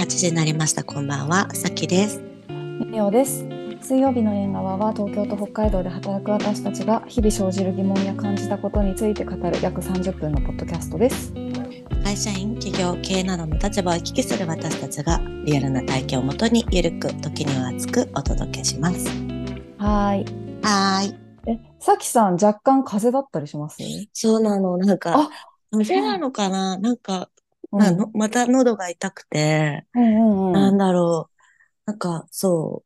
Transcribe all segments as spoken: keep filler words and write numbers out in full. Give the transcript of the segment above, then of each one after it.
はちじになりました。こんばんは、さきです。 みおです。水曜日の縁側は東京と北海道で働く私たちが日々生じる疑問や感じたことについて語る約さんじゅっぷんのポッドキャストです。 会社員、企業、経営などの立場を行き来する私たちがリアルな体験をもとにゆるく、時には熱くお届けします。 はーい。 はーい。 え、さきさん若干風邪だったりします？ そうなの、なんか、 あ、 風邪なはのかななんか、 い。うん。 なの、また喉が痛くて、 うんうんなんうん。 だろう。なんか、そう、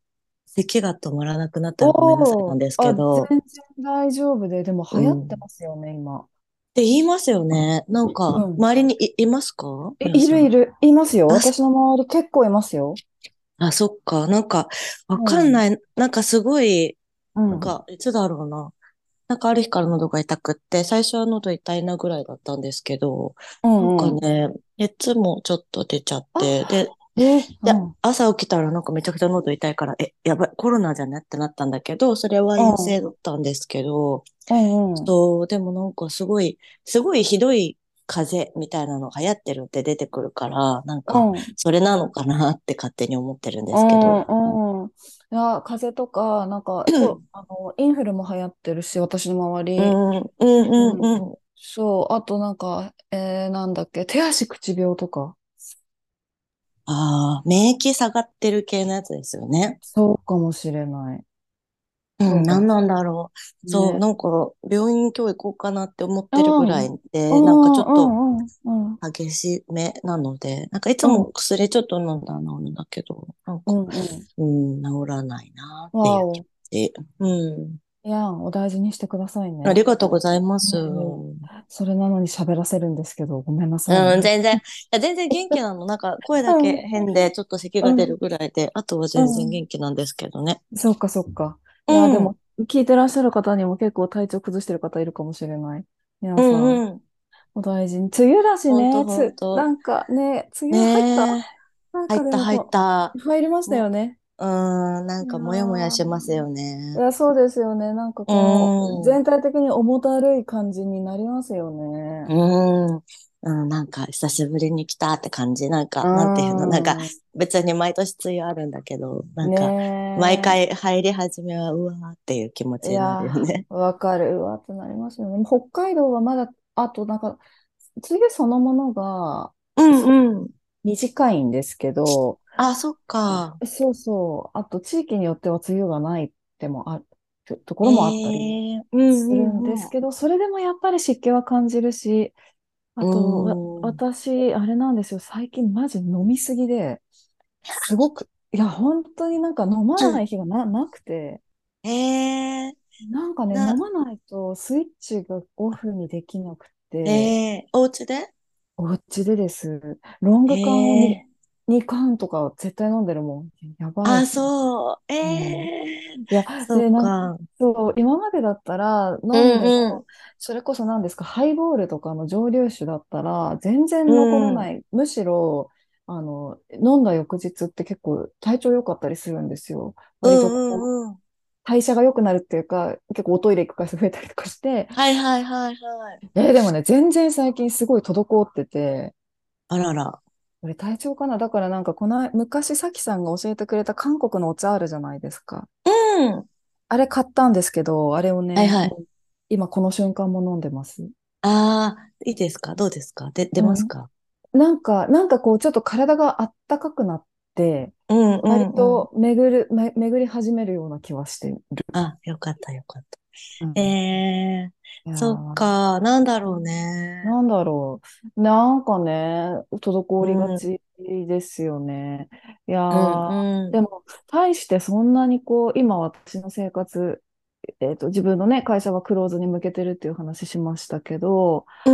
咳が止まらなくなったらごめんなさいなおー、 んですけあ、 ど、 全然大丈夫で、でも流行ってうん。 ますよね、今。 って言いますよね。なんか、 うん。 周りにい、いますかえ、 皆さん？ いるいる、いますよ。 あ、 私の周り結構いますよ。 あ、そっか。なんか、わうん。 かんない。なんかすごい、 うん。 なんか、いつだろうな。なんかある日から喉が痛くって、最初は喉痛いなぐらいだったんですけど、 うなんんうん。 かね、熱もちょっと出ちゃっあ、 て、で、 え、うで、 ん。 朝起きたらなんかめちゃくちゃ喉痛いから、え、やばい、コロナじゃねってなったんだけど、それは陰性だうんったんですけど、 うんうん。 そう、でもなんかすごい、すごいひどい風邪みたいなのが流行ってるって出てくるから、なんか、 うん。 それなのかなって勝手に思ってるんでうすけど。 んうん。いや、風邪とか、なんか、こう、あの、インフルも流行ってるし、私の周うり。 ん、うん、うん、 うん。 うん。 そう、あとなんか、えー、なんだっけ、手足口病とか。 ああ、免疫下がってる系のやつですよね。 そうかもしれない。 うん、 そうかもしなんなんだろう。 れない。 そう、 ね。 なんか、病院今日行こうかなって思ってるぐらうん。うんいで、なんかちょっとうんうんうん。 激しめなので、なんかいつうん。 も薬ちょっと飲んだら治るんだけど、なんうか、 んうん。 うん、治らないなっていう気持わお。 ち。うん。 いやん、お大事にしてくださいね。 ありがとうございます。 うん。それなのに喋らせるんですけど、ごめんなさいうん、 ね。 全然、いや、全然元気なの。なんか声だけうん。 変で、ちょっと咳が出るうん。 ぐらいで、あとはう全然ん。 元気なんですけどね。 そっかそっか。 ういや、でん、 も、聞いてらっしゃる方にも結構体調崩してる方いるかもしれない。 う皆さん、 ん、うん。 お大事に。梅雨だしほんとね、つ、 ほんと。 なんかね、梅雨入った？ ねえ。 なんか入った入っでもこた。 う、入りましたよもね。 う、うーん、ないやんかもやもやしますー、 よね。 いや、そうですよね。なんかうこう、 ーん、 全体的に重たるい感じになりますよね。 うーん、うん、なんか久しぶりに来たって感じ。なんうか、なんていうの、なんかーん。 別に毎年梅雨あるんだけど、なんか毎ね回入り始めはうわーっていう気持え。いちになるよやね。 ー、わかる。うわってなりますよね。北海道はまだ、あとなんか、梅雨そのものが、 うんうん。 短いんですけど、 あ、そっか。 そうそう、あと地域によっては梅雨がないってもあるとこえろもあったりえうんするんでうんうん。 すけど、それでもやっぱり湿気は感じるし、 うあと、わ、 ーん。 私、あれなんですよ、最近マジ飲みすぎで、すごく、いや、本当になんか飲まない日がな、なくて、 ええなんかね、飲な、 まないとスイッチがオフにできなくえて、 えお家で？ お家でです。ロング缶をに、 ええに缶とか絶対飲んでるもん。やばいあ、 ですね。 そう。えうん。 えいや、 そっで、なんか。 そう、今までだったらう飲んでも、 んうん。 それこそ何ですか、ハイボールとかの蒸留酒だったら全う然残らん。 ない。むしろ、あの、飲んだ翌日って結構体調良かったりするんですよ。割とうんこう、 うんうん。 代謝が良くなるっていうか、結構おトイレ行く回数増えたりとかして、 はいはいはいはい。 えーでもね、全然最近すごい滞ってて、 あらら。 これ体調かな。だからなんかこの昔さきさんが教えてくれた韓国のお茶あるじゃないですか。 うん。 あれ買ったんですけど、あれをね、 はいはい。 もう今この瞬間も飲んでます。 ああ、いいですか？どうですか？で、出うん。 ますか？ なんか、なんかこうちょっと体があったかくなって、 うんう割んうん。 と巡る、め、巡り始めるような気はしてる。 あ、よかったよかった。えうん。 えいやそっー、 か。なんだろうね。 なんだろう。なんかね、滞うりがん。 ちですよね。いやうんー、 うん。 でも、対してそんなにこう、今私の生活、えっと、自分のね、会社はクローズに向けてるっていう話しましたけど、 うん。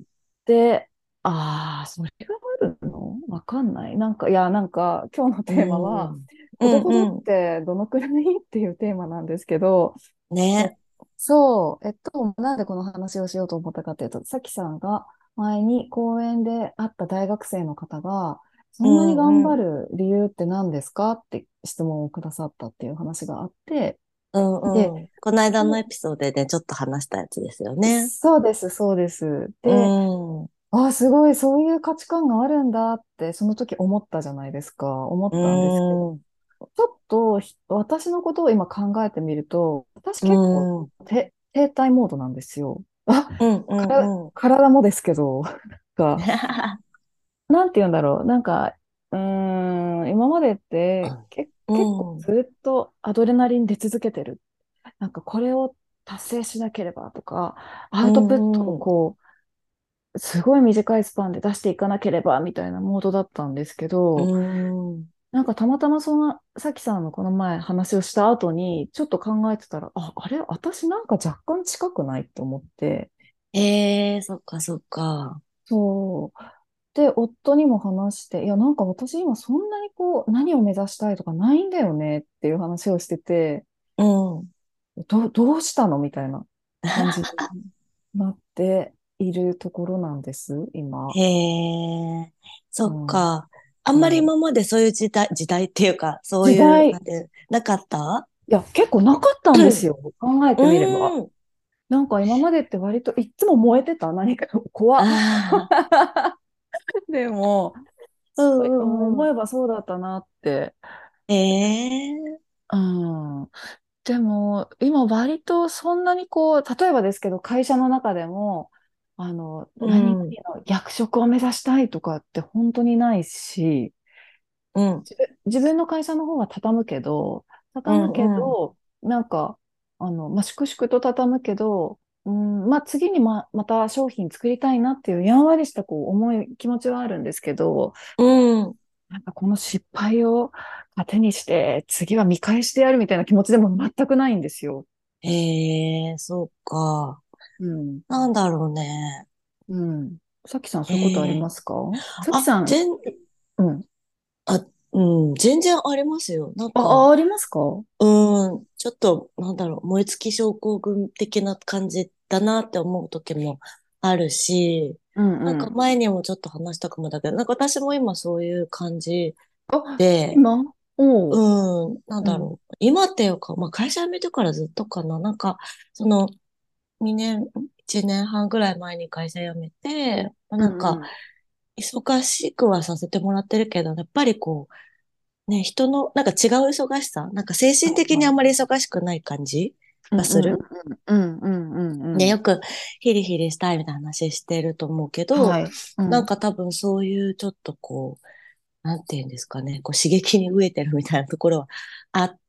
で、ああ、それがあるのわかんない。なんか、いや、なんか、今日のうテーマは、 ん。うほどほどっんうん。 てどのくらいっていうテーマなんですけど、え、 ね。 そう、えっと、なんでこの話をしようと思ったかというと、さきさんが前に公園で会った大学生の方が、そうんなに頑張んうん。 る理由って何ですかって質問をくださったっていう話があって、で、 うんうん。この間のエそピソードでね、ちょっと話したやつですようね。 そうです、そうです。 うで、 ん。 あ、すごい、そういう価値観があるんだって、その時思ったじゃないですか。思うったんですけど、 ーん。 ちょっとひ私のことを今考えてみると、私う結構ん。うん、 て停滞モードなんですよ。あ、 うん、 からうん。 体もですけど、が、なんて言うんだろう。なんか、うーん、今までってけ、 う結構ん。 ずっとアドレナリン出続けてる。なんかこれを達成しなければとか、アうウトプットをん。うん。 こう、すごい短いスパンで出していかなければみたいなモードだったんですけうど、 ん。 なんかたまたまその、さきさんのこの前話をした後に、ちょっと考えてたら、あ、あれ、私なんか若干近くないと思って、 ええ、そっかそっか。 そう。で、夫にも話して、いや、なんか私今そんなにこう、何を目指したいとかないんだよねっていう話をしてて、 うん。 ど、どうしたのみたいな感じになっているところなんです、今。 へえ、そっうん。 か。あんまりそう。 今までそういう時代、時代っていうか、そういう、 時代、いなんて、なかった？ や、結構なかったんですよ。考えうてみれば。 ん。 なんか今までって割といっつも燃えてた何か怖っ。 ああ、 でも、 うんうんうん。 思えばそうだったなって。 ええ、 うん。でも、今割とそんなにこう、例えばですけど、会社の中でも、あの、 う何ん、 々の役職を目指したいとかって本当にないし、 うん、 自分、自分の会社の方は畳むけど、 うん、 畳むけうん、 ど、なんか、あの、まあ、粛々と畳むけど、うん、まあ、次にま、また商品作りたいなっていうやんわりしたこう思い、気持ちはあるんですけど、 うん。 なんかこの失敗を糧にして、次は見返してやるみたいな気持ちでも全くないんですよ。 ええ、そっか。 うん。 なんだろうね。 うん。さきさん、そういうことありええ、 ますか？さきあ、 さん、 全、 うん。 あ、うん、全然ありますよ。なんあ、 か、 あ、ありますか？ううん、ちょっと、なんだろう、燃え尽き症候群的な感じだなって思う時もあるし、 んなんうん。 か前にもちょっと話したかもだけど、なんか私も今そういう感じあ、 で、 今おう。 うん、なんうん。 だろう、今っていうか、まあ会社辞めてからずっとかな、なんか、そのにねん、いちねんはんぐらい前に会社辞めて、まあなんか、 うんうん。 忙しくはさせてもらってるけど、やっぱりこう、ね、人の、なんか違う忙しさ、なんか精神的にあんまり忙しくない感じうんうんがする。 うんうんうんうんで、 うん。 よくヒリヒリしたいみたいな話してると思うけど、 はい。うん。 なんか多分そういうちょっとこう、なんていうんですかね、こう刺激に飢えてるみたいなところはあって、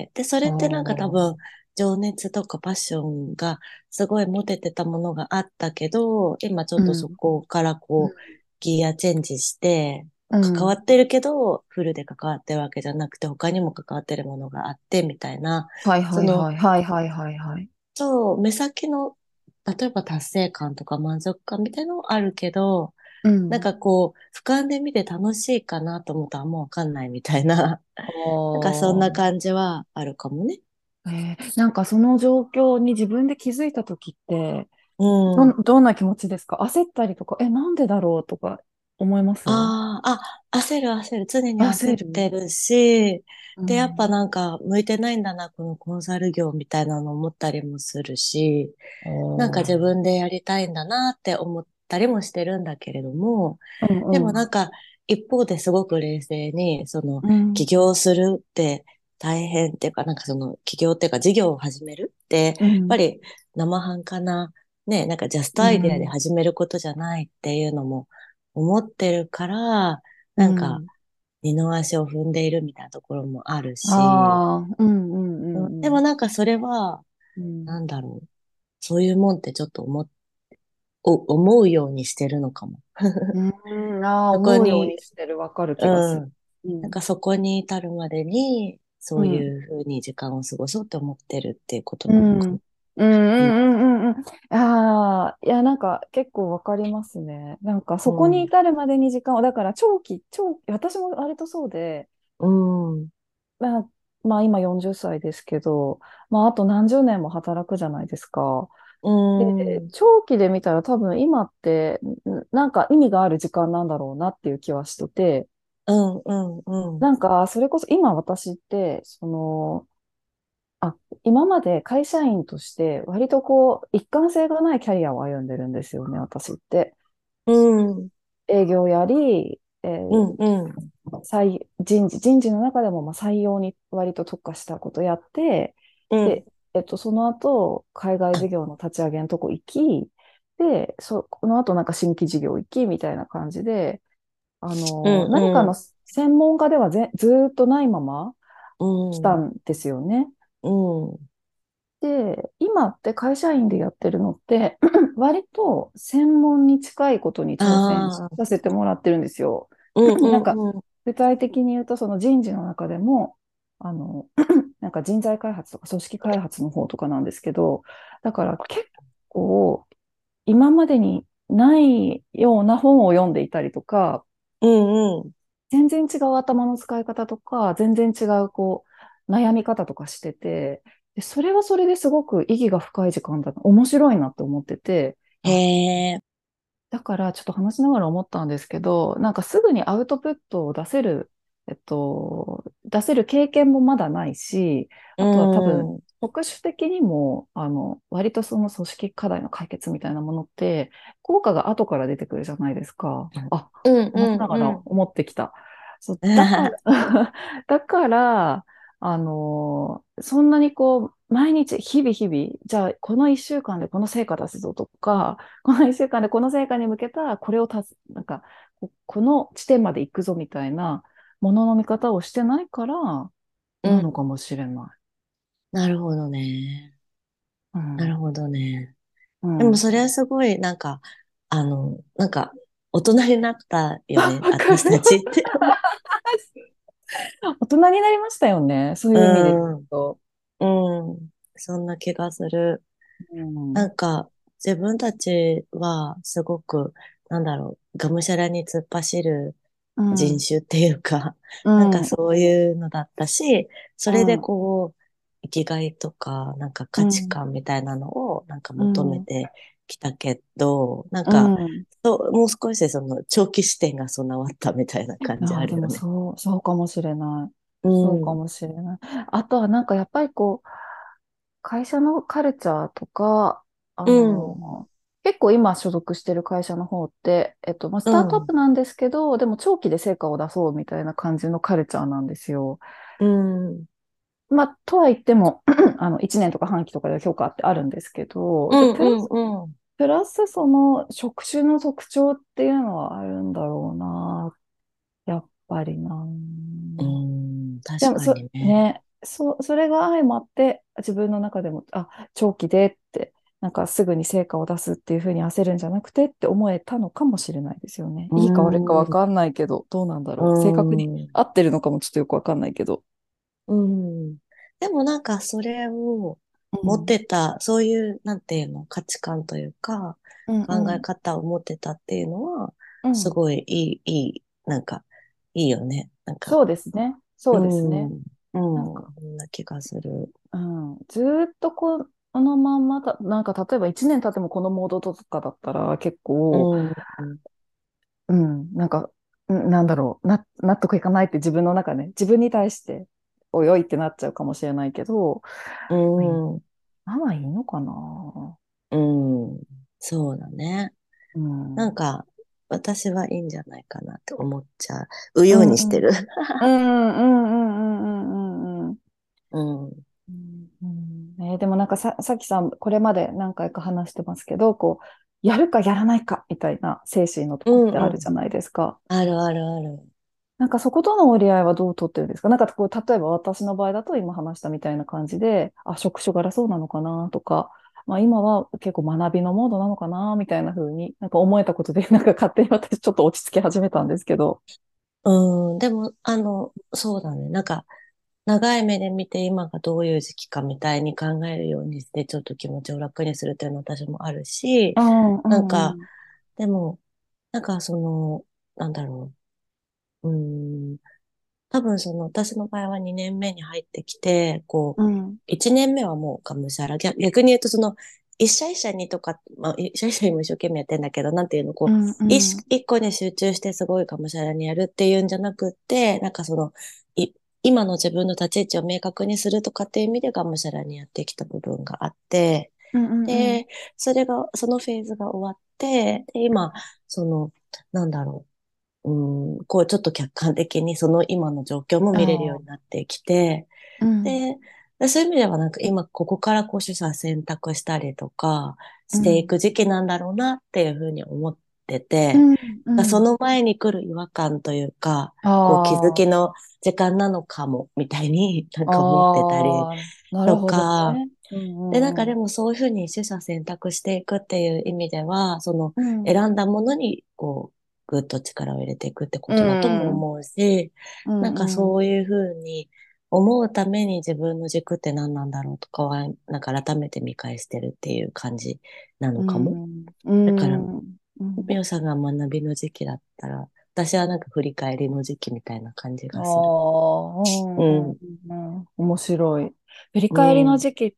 で、それおってなんか多ー。 分情熱とかパッションがすごい持ててたものがあったけど、今ちょっとそうん。 こからこう、ギアチェンジして、 うん。 関わってるけど、フルで関わってるわけじゃなくて、他にも関わってるものがあって、みたいな、 はいはいその、 はいはいはいはいはい。 そう、目先の、例えば達成感とか満足感みたいなのもあるけど、なんうん。 かこう、俯瞰で見て楽しいかなと思ったらもうわかんないみたいな、なんかそんなおー。 感じはあるかもね。 えーなんかその状況に自分で気づいたときって、 うん。 どん、どんな気持ちですか？焦ったりとか、え、なんでだろうとか思います？ ああ、あ、焦る焦る。常に焦っ焦る。 てるし、 うで、やっぱん。 なんか向いてないんだな、このコンサル業みたいなの思ったりもするし、なんか自おー。 分でやりたいんだなって思ったりもしてるんだけれども、でうんうん。 もなんか一方ですごく冷静に、そのうん起業するって大変っていうか、なんかその起業っていうか事業を始めるって、やっうんぱり生半可な、ね、なんかジャストうアイデアでん始めることじゃないっていうのも思ってるから、 うなんかん。 二の足を踏んでいるみたいなところもあるし、 ああ、うんうんううんんうん。 でもなんかそれは、 うんなんだろう、そういうもんってちょっと思っ、お思うようにしてるのかも。 うん、ああ、 そこ思うように、 にしてる、わかるう気がする。 ん。 うん。 なんかそこに至るまでに、そういうん。 うふうに時間を過ごそうと思ってるっていうことうん。 なのかも。 うんうんうん。 うんうんうん。ああ、いや、なんか結構わかりますね。なんかそこにうん。 至るまでに時間を、だから長期、長期、私も割とそうで、 うん。 まあ、まあ今よんじゅっさいですけど、まああと何十年も働くじゃないですか。 うで、 ん。 長期で見たら多分今ってんなんか意味がある時間なんだろうなっていう気はしてて、 うん。うん。うん。 なんかそれこそ今私って、その、あ、今まで会社員として割とこう一貫性がないキャリアを歩んでるんですよね、私って。 うん。 営業やり、えうーんうん。 採人事、人事の中でもまあ採用に割と特化したことやって、で、 うん。 えっと、その後、海外事業の立ち上げのとこ行き、で、そ、この後なんか新規事業行きみたいな感じで、あの、 うん何かのうん。 専門家ではぜ、ずーっとないままう来たん。 んですよね。 うん。 で、今って会社員でやってるのって、割と専門に近いことに挑戦ああ。 させてもらってるんですよ。 うんうなんか、 んうん。 具体的に言うと、その人事の中でも、あの、なんか人材開発とか組織開発の方とかなんですけど、だから結構今までにないような本を読んでいたりとか、 うんうん。 全然違う頭の使い方とか、全然違うこう悩み方とかしてて、でそれはそれですごく意義が深い時間だな、面白いなって思ってて、 へあ、 え。 だからちょっと話しながら思ったんですけど、なんかすぐにアウトプットを出せる、えっと、出せる経験もまだないし、 うあとは多分、 ん。うん職種的にも、あの、割とその組織課題の解決みたいなものって、効果が後から出てくるじゃないですか。あ、 うん話しながらうん。 思ってきた。そう、だから、だから、あの、そんなにこう、毎日、日々日々、じゃあ、この一週間でこの成果出すぞとか、この一週間でこの成果に向けた、これをたす、なんか、ここの地点まで行くぞみたいなものの見方をしてないからうん。 なのかもしれない。 なるほどね。 うん。 なるほどね。 うん。 でもそれはすごい、なんか、あの、なんか、大人になったよね、 わか私たります。 ちって。 大人になりましたよね。そうういう意味で言うん。 と。 うん。そんな気がする。 うん。 なんか、自分たちはすごく、なんだろう、がむしゃらに突っ走るうん。 人種っていうか、 うなんかん。 そういうのだったし、それでうん。 こう、生きがいとか、なんか価値うん。 観みたいなのをなんか求めうん。 てきたけど、なんうか、 ん。 そう、もう少しその長期視点が備わったみたいな感じああ、でもあるよね。 そう、そうかもしれない。 うん、 そうかもしれない。あとはなんかやっぱりこう、会社のカルチャーとか、あうん、 の、結構今所属してる会社の方って、えっと、まあ、スタートアッうん、 プなんですけど、でも長期で成果を出そうみたいな感じのカルチャーなんですよ。 うん、 まあ、とは言っても、あの、いちねんとか半期とかで評価ってあるんですけど、で、 うん、 プラス、 うん、うん、 プラスその職種の特徴っていうのはあるんだろうな。やっぱりな。 うん、 でも、 確かそ、 にね。 ね、そ、それが相まって、自分の中でも、あ、長期でって、なんかすぐに成果を出すっていうふうに焦るんじゃなくてって思えたのかもしれないですよね。 ういいか悪いかわん、 かんないけど、どうなんだうろう。正確にん。 合ってるのかもちょっとよくわかんないけど。 うん。でもなんかそれを持っうん。 てた、そういう、なんていうの、価値観というか、 うん考えうん。 方を持ってたっていうのは、 うん。 すごいいい、いい、なんか、いいよね。なんか、 そうですね。 うそうですね。 ん、うん、そなんか、 んな気がする。 うん、ずーっとこのまんまだ、なんか例えばいちねん経ってもこのモードとかだったら結構、 うん、 うん、なんか、んなんだろう、な、納得いかないって自分の中ね、自分に対して、おいおいってなっちゃうかもしれないけど、 うまあいいん、 今はいいのかな。 うん、そうだね。 うん。うんなんか、私はいいんじゃないかなって思っちゃううようにしてる。 んうんうんうんうんうんうんうんうん、 うんうんえーでもなんかさ、さきさん、これまで何回か話してますけど、こう、やるかやらないかみたいな精神のとうこってん、うん。 あるじゃないですか。 あるあるある。 なんかそことの折り合いはどう取ってるんですか？なんかこう、例えば私の場合だと今話したみたいな感じで、あ、職種柄そうなのかなとか、まあ今は結構学びのモードなのかなみたいな風になんか思えたことで、なんか勝手に私ちょっと落ち着き始めたんですけど。 うん、でも、あの、そうだね。なんか、長い目で見て今がどういう時期かみたいに考えるようにして、ちょっと気持ちを楽にするっていうのは私もあるし、 うんうなんか、 んうん。 でも、なんかその、なんだろう。うん、多分その、私の場合はにねんめに入ってきて、こう、 うんいちねんめはもうがむしゃら。逆逆に言うとその、一社一社にとか、まあ、一社一社にも一生懸命やってんだけど、なんていうの、こう、 うんう一、 ん一個に集中してすごいがむしゃらにやるっていうんじゃなくって、なんかその、い、今の自分の立ち位置を明確にするとかっていう意味でがむしゃらにやってきた部分があって、 うんうんうんで、それが、そのフェーズが終わって、で、今、 その、なんだろう、うん、こうちょっと客観的にその今の状況もあ見れるようにあ、 なってきて、 うん、 で、でそういう意味ではなんか今ここからこう取捨選択したりとかしていうん、 く時期なんだろうなっていうふうに思ってて、 うん、うん。 その前に来る違和感というか、こう気づあきの時間なのかも、みたいになんか思ってたりあ、ああ、なるとほどか、 ね。うん、うで、なんかん、うん。 でもそういうふうに取捨選択していくっていう意味では、そのうん、 選んだものにこう、ぐっと力を入れていくってこうとだともん、 思うし、 うなんかん、うん、 そういうふうに思うために自分の軸って何なんだろうとかは、なんか改めて見返してるっていう感じなのうかも。 ん、うだから、 ん、うん。 みおさんが学びの時期だったら、私はなんか振り返りの時期みたいな感じあがする。 あ、うん、 ううん、 ん。 うん。面白い。振り返りのね時期って、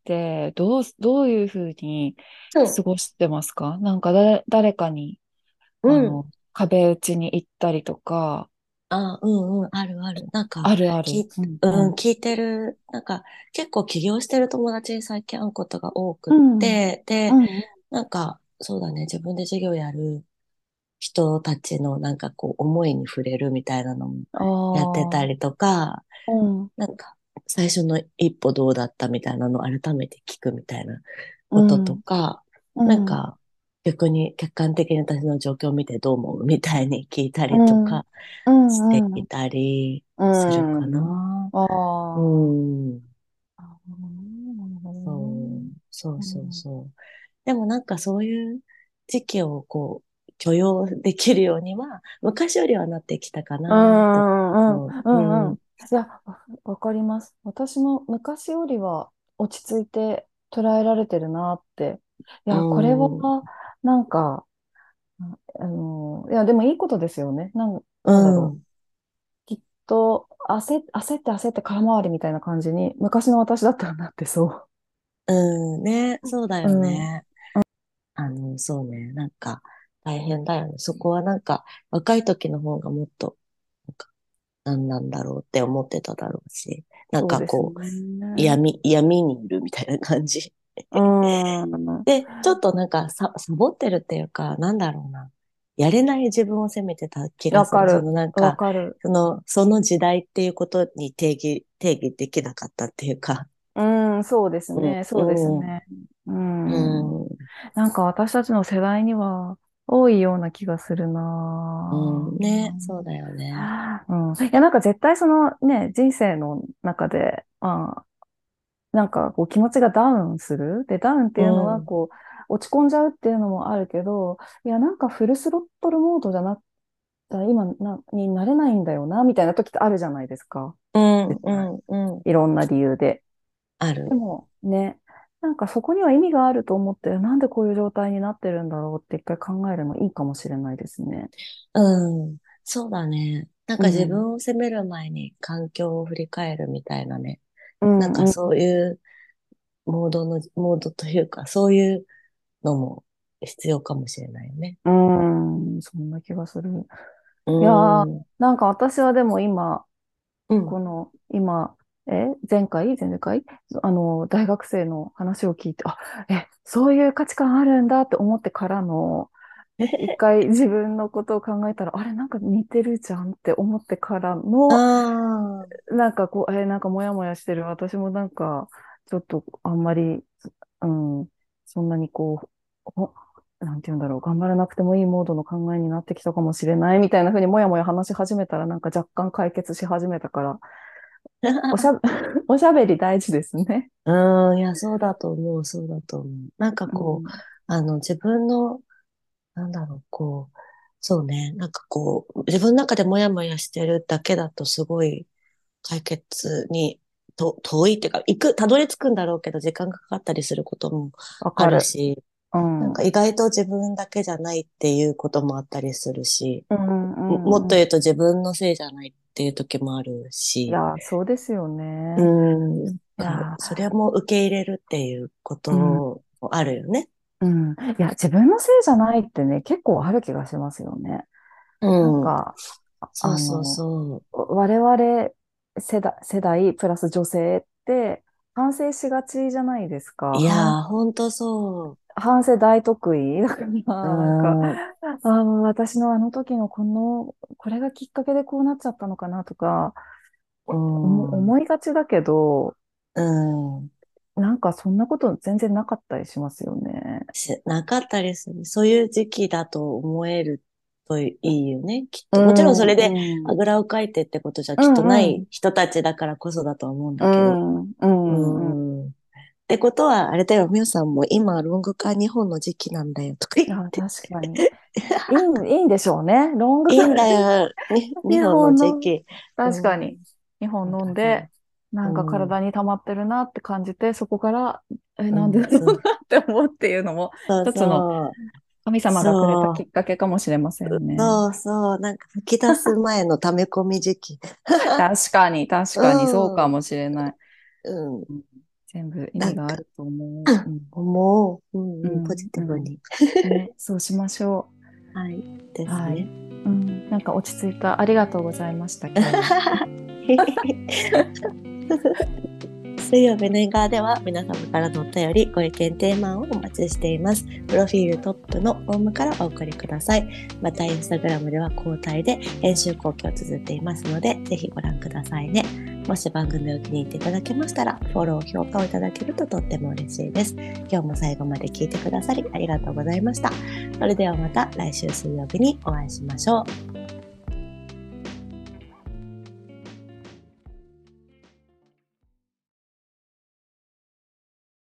どう、どういうふうにえ。うん。 過ごしてますか？なんかだ、誰かに、 うん。 あの、壁打ちに行ったりとか、 あ、うんうん、あるある。なんか、 あるある。 き、 うん、ううん、 ん。 聞いてる。なんか、結構起業してる友達に最近会うことが多くっうん、うて、で、 ん、 なんか、そうだね、自分で事業やる人たちのなんかこう、思いに触れるみたいなのもあやってたりあ、 とか、 うん、 なんか、最初の一歩どうだったみたいなのを改めて聞くみたいなこととうん、 か、 うん、 なんか、逆に客観的に私の状況を見てどう思うみたいに聞いたうん、 りとかうしてん、うん、 いたりうするかん。 な。 あうあ、 ん。 うん、なるほどそう、 ね。 そうそううん、 そう。でもなんかそういう時期をこう許容できるようには昔よりはなってきたかうなとん、うん、 思う。 うん、うん。 うん。 いや、わわかります。私も昔よりは落ち着いて捉えられてるなって。いうや、これは、 ん。 なんか、あの、いや、でもいいことですよね。なん、 うなんだろう。 ん。 きっと、焦っ、焦って焦って空回りみたいな感じに、昔の私だったらなってそうん。ね。そうだう。うよん。 ね。あの、そうね。なんか大変だよね。そこはなんか若い時の方がもっと、なんか何なんだろうって思ってただろうし。なんそうですかこう、 ね。 闇、闇にいるみたいな感じ。 うん。 で、ちょっとなんかさ、サボってるっていうか、なんだろうな。やれない自分を責めてた気がする。そわかる。 のなんか、 わかる。 その、その時代っていうことに定義、定義できなかったっていうか。 うん、そうですうん、 ね。そうですうん、 ね。うん。 うん、 なんか私たちの世代には多いような気がするうなん、ね、そうだよね。 ぁ。うん。いや、なんか絶対そのね、人生の中で、まあ、なんかこう気持ちがダウンする。で、ダウンってういうのはん、 こう、落ち込んじゃうっていうのもあるけど、いや、なんかフルスロットルモードじゃなくて、今な、になれないんだよな、みたいな時ってあるじゃないですか。 うん、 絶対。 うん、うん、 いろんな理由で。 ある。 でもね、なんかそこには意味があると思って、なんでこういう状態になってるんだろうって一回考えるのいいかもしれないですね。 うん、そうだね。なんか自うん。 分を責める前に環境を振り返るみたいなね。 うんうんなんかそういうモードの、モードというか、そういうのも必要かもしれないよね。 うん、そんな気がする。 ういやー、 ん、 なんか私はでも今、 うん。 この、今、え、前回、前々回、あの、大学生の話を聞いて、あ、え、そういう価値観あるんだって思ってからの、一回自分のことを考えたら、あれ、なんか似てるじゃんって思ってからあの、 あ、 なんかこう、えーなんかモヤモヤしてる。私もなんか、ちょっとあんまり、うん、そんなにこう、ほなんて言うんだろう、頑張らなくてもいいモードの考えになってきたかもしれないみたいな風にもやもや話し始めたら、なんか若干解決し始めたから、おしゃ、おしゃべり大事ですね。 うん、いや、そうだと思う、そうだと思う。なんかこう、 うん、 あの、自分の、なんだろう、こう、そうね、なんかこう、自分の中でモヤモヤしてるだけだとすごい解決に、と、遠いっていうか、行く、たどり着くんだろうけど、時間がかかったりすることもあわかる。 るし、 うん。うん、 なんか意外と自分だけじゃないっていうこともあったりするし、 うん、うん。 ももっと言うと自分のせいじゃないっていう時もあるし、 いや、そうですようね。 ん、なんいか、 や、 それも受け入れるっていうこうん、 ともあるよね。 うん。いや、自分のせいじゃないってね、結構ある気がしますよね。なんうん、 か、あそうそうあの、 そ我々世代、世代プラス女性って反省しがちじゃないですう。 か。あいやー、ほんとそ反省大得意だから、 うなんか、 ーん、 ああ、私のあの時のこの、これがきっかけでこうなっちゃったのかなとか、 うー思ん、 思いがちだけど、 うーん。 なんかそんなこと全然なかったりしますよね。 しなかったりする。そういう時期だと思えるといいよね、きっと。もちろんうん、 それでうん、 あぐらをかいてってことじゃうきっとなん、うん、 い人たちだからこそだとは思うんうだけど。 ん、ううん、うん。 ーん。ってことは、あれだよ、みゆさんも今、ロング缶日本の時期なんだよ、とか言っあ、 て。 確かに。いい、いいんでしょうね。ロングいいんだ缶。 よ、に、日日本の本の、 時期。う確かに。 ん。 日本なんかさ、 飲んで、なうんかん、 体に溜まってるなって感じて、そこから、え、 うん、 なんでだろうなそう、 って思うっていうのも、 そう一つのそう、 神様がくれたそう、 きっかけかもしれませんね。 そうそう、なんか吹き出す前の溜め込み時期。 確かに、確うかに、そうかん、 もしれない。 うん、 うん、全部意なんか、 味があると思う。うん。 思う。うんうん、ポジうん、うん。 ティブに。 ね、そうしましょはい。でう。はい。 すね。 うん、なんか落ち着いた。ありがとうございました、今日は。 水曜日の縁側では皆様からのお便り、ご意見、テーマをお待ちしています。プロフィールトップのフォームからお送りください。また、インスタグラムでは交代で編集後期を綴っていますので、ぜひご覧くださいね。もし番組を気に入っていただけましたら、フォロー、評価をいただけるととっても嬉しいです。今日も最後まで聞いてくださりありがとうございました。それではまた来週水曜日にお会いしましょう。